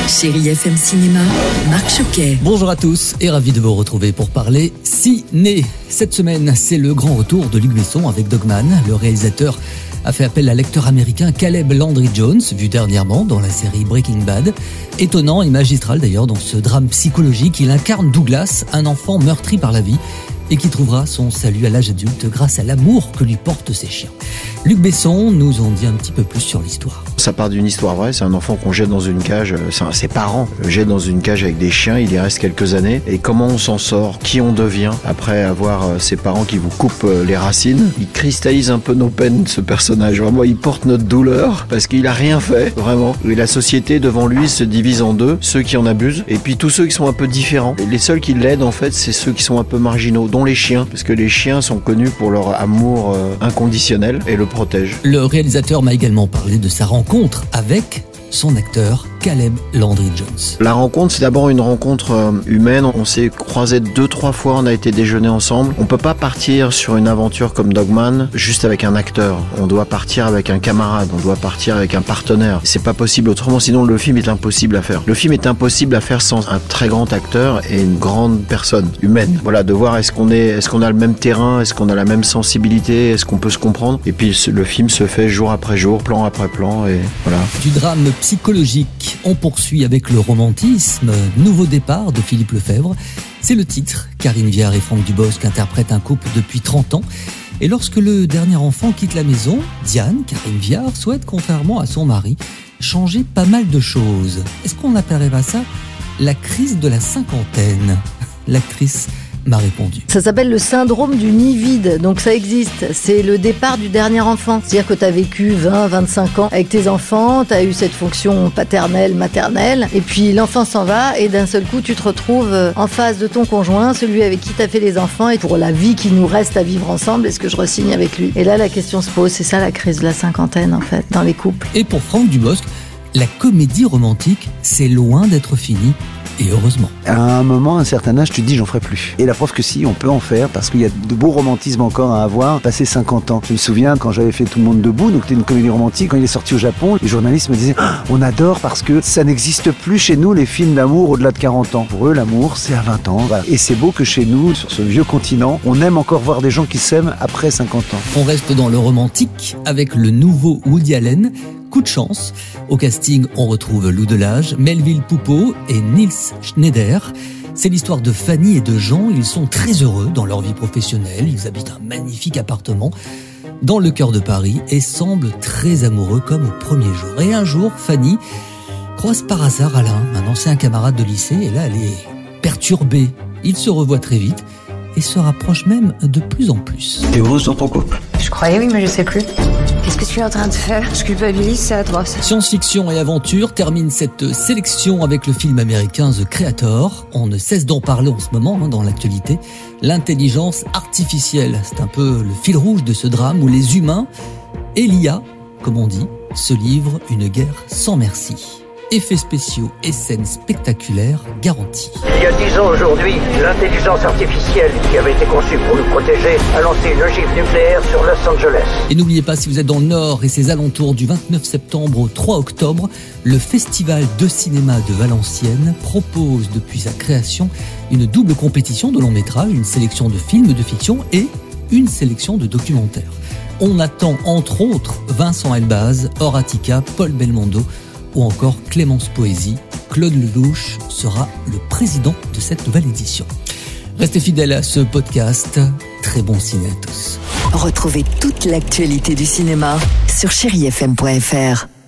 Chérie FM Cinéma, Marc Choquet. Bonjour à tous et ravi de vous retrouver pour parler ciné. Cette semaine, c'est le grand retour de Luc Besson avec Dogman. Le réalisateur a fait appel à l'acteur américain Caleb Landry Jones, vu dernièrement dans la série Breaking Bad. Étonnant et magistral d'ailleurs dans ce drame psychologique, il incarne Douglas, un enfant meurtri par la vie et qui trouvera son salut à l'âge adulte grâce à l'amour que lui portent ses chiens. Luc Besson nous en dit un petit peu plus sur l'histoire. Ça part d'une histoire vraie, c'est un enfant qu'on jette dans une cage, ses parents le jettent dans une cage avec des chiens, il y reste quelques années. Et comment on s'en sort, qui on devient après avoir ses parents qui vous coupent les racines. Il cristallise un peu nos peines, ce personnage. Vraiment, il porte notre douleur parce qu'il a rien fait, vraiment. Et la société devant lui se divise en deux, ceux qui en abusent et puis tous ceux qui sont un peu différents. Et les seuls qui l'aident en fait, c'est ceux qui sont un peu marginaux, dont les chiens, parce que les chiens sont connus pour leur amour inconditionnel et le protègent. Le réalisateur m'a également parlé de sa rencontre avec son acteur Caleb Landry Jones. La rencontre, c'est d'abord une rencontre humaine. On s'est croisés 2-3 fois, on a été déjeuner ensemble. On peut pas partir sur une aventure comme Dogman juste avec un acteur. On doit partir avec un camarade, on doit partir avec un partenaire. C'est pas possible autrement, sinon le film est impossible à faire. Le film est impossible à faire sans un très grand acteur et une grande personne humaine. Voilà, de voir est-ce qu'on a le même terrain, est-ce qu'on a la même sensibilité, est-ce qu'on peut se comprendre. Et puis le film se fait jour après jour, plan après plan et voilà. Du drame psychologique, on poursuit avec le romantisme. Nouveau départ de Philippe Lefebvre. C'est le titre. Karine Viard et Franck Dubosc interprètent un couple depuis 30 ans. Et lorsque le dernier enfant quitte la maison, Diane, Karine Viard, souhaite, contrairement à son mari, changer pas mal de choses. Est-ce qu'on appellerait pas ça la crise de la cinquantaine ? L'actrice m'a répondu. Ça s'appelle le syndrome du nid vide, donc ça existe. C'est le départ du dernier enfant. C'est-à-dire que tu as vécu 20, 25 ans avec tes enfants, tu as eu cette fonction paternelle, maternelle, et puis l'enfant s'en va, et d'un seul coup, tu te retrouves en face de ton conjoint, celui avec qui tu as fait les enfants, et pour la vie qui nous reste à vivre ensemble, est-ce que je re-signe avec lui ? Et là, la question se pose, c'est ça la crise de la cinquantaine, en fait, dans les couples. Et pour Franck Dubosc, la comédie romantique, c'est loin d'être fini. Et heureusement. À un moment, à un certain âge, tu te dis j'en ferai plus. Et la preuve que si, on peut en faire parce qu'il y a de beaux romantismes encore à avoir passé 50 ans. Je me souviens quand j'avais fait Tout le monde debout, donc c'était une comédie romantique, quand il est sorti au Japon, les journalistes me disaient on adore parce que ça n'existe plus chez nous les films d'amour au-delà de 40 ans. Pour eux, l'amour, c'est à 20 ans. Voilà. Et c'est beau que chez nous, sur ce vieux continent, on aime encore voir des gens qui s'aiment après 50 ans. On reste dans le romantique avec le nouveau Woody Allen. Coup de chance. Au casting, on retrouve Lou Delage, Melville Poupeau et Nils Schneider. C'est l'histoire de Fanny et de Jean. Ils sont très heureux dans leur vie professionnelle. Ils habitent un magnifique appartement dans le cœur de Paris et semblent très amoureux comme au premier jour. Et un jour, Fanny croise par hasard Alain, un ancien camarade de lycée, et là, elle est perturbée. Ils se revoient très vite et se rapprochent même de plus en plus. T'es heureuse dans ton couple ? Je croyais oui, mais je sais plus. Qu'est-ce que tu es en train de faire ? Je culpabilise, c'est atroce. Science-fiction et aventure termine cette sélection avec le film américain The Creator. On ne cesse d'en parler en ce moment dans l'actualité. L'intelligence artificielle, c'est un peu le fil rouge de ce drame où les humains et l'IA, comme on dit, se livrent une guerre sans merci. Effets spéciaux et scènes spectaculaires garantis. Il y a 10 ans aujourd'hui, l'intelligence artificielle qui avait été conçue pour nous protéger a lancé une ogive nucléaire sur Los Angeles. Et n'oubliez pas, si vous êtes dans le Nord et ses alentours, du 29 septembre au 3 octobre, le Festival de cinéma de Valenciennes propose depuis sa création une double compétition de long métrage, une sélection de films de fiction et une sélection de documentaires. On attend entre autres Vincent Elbaz, Horatica, Paul Belmondo, ou encore Clémence Poésy. Claude Lelouch sera le président de cette nouvelle édition. Restez fidèles à ce podcast. Très bon ciné à tous. Retrouvez toute l'actualité du cinéma sur chérifm.fr.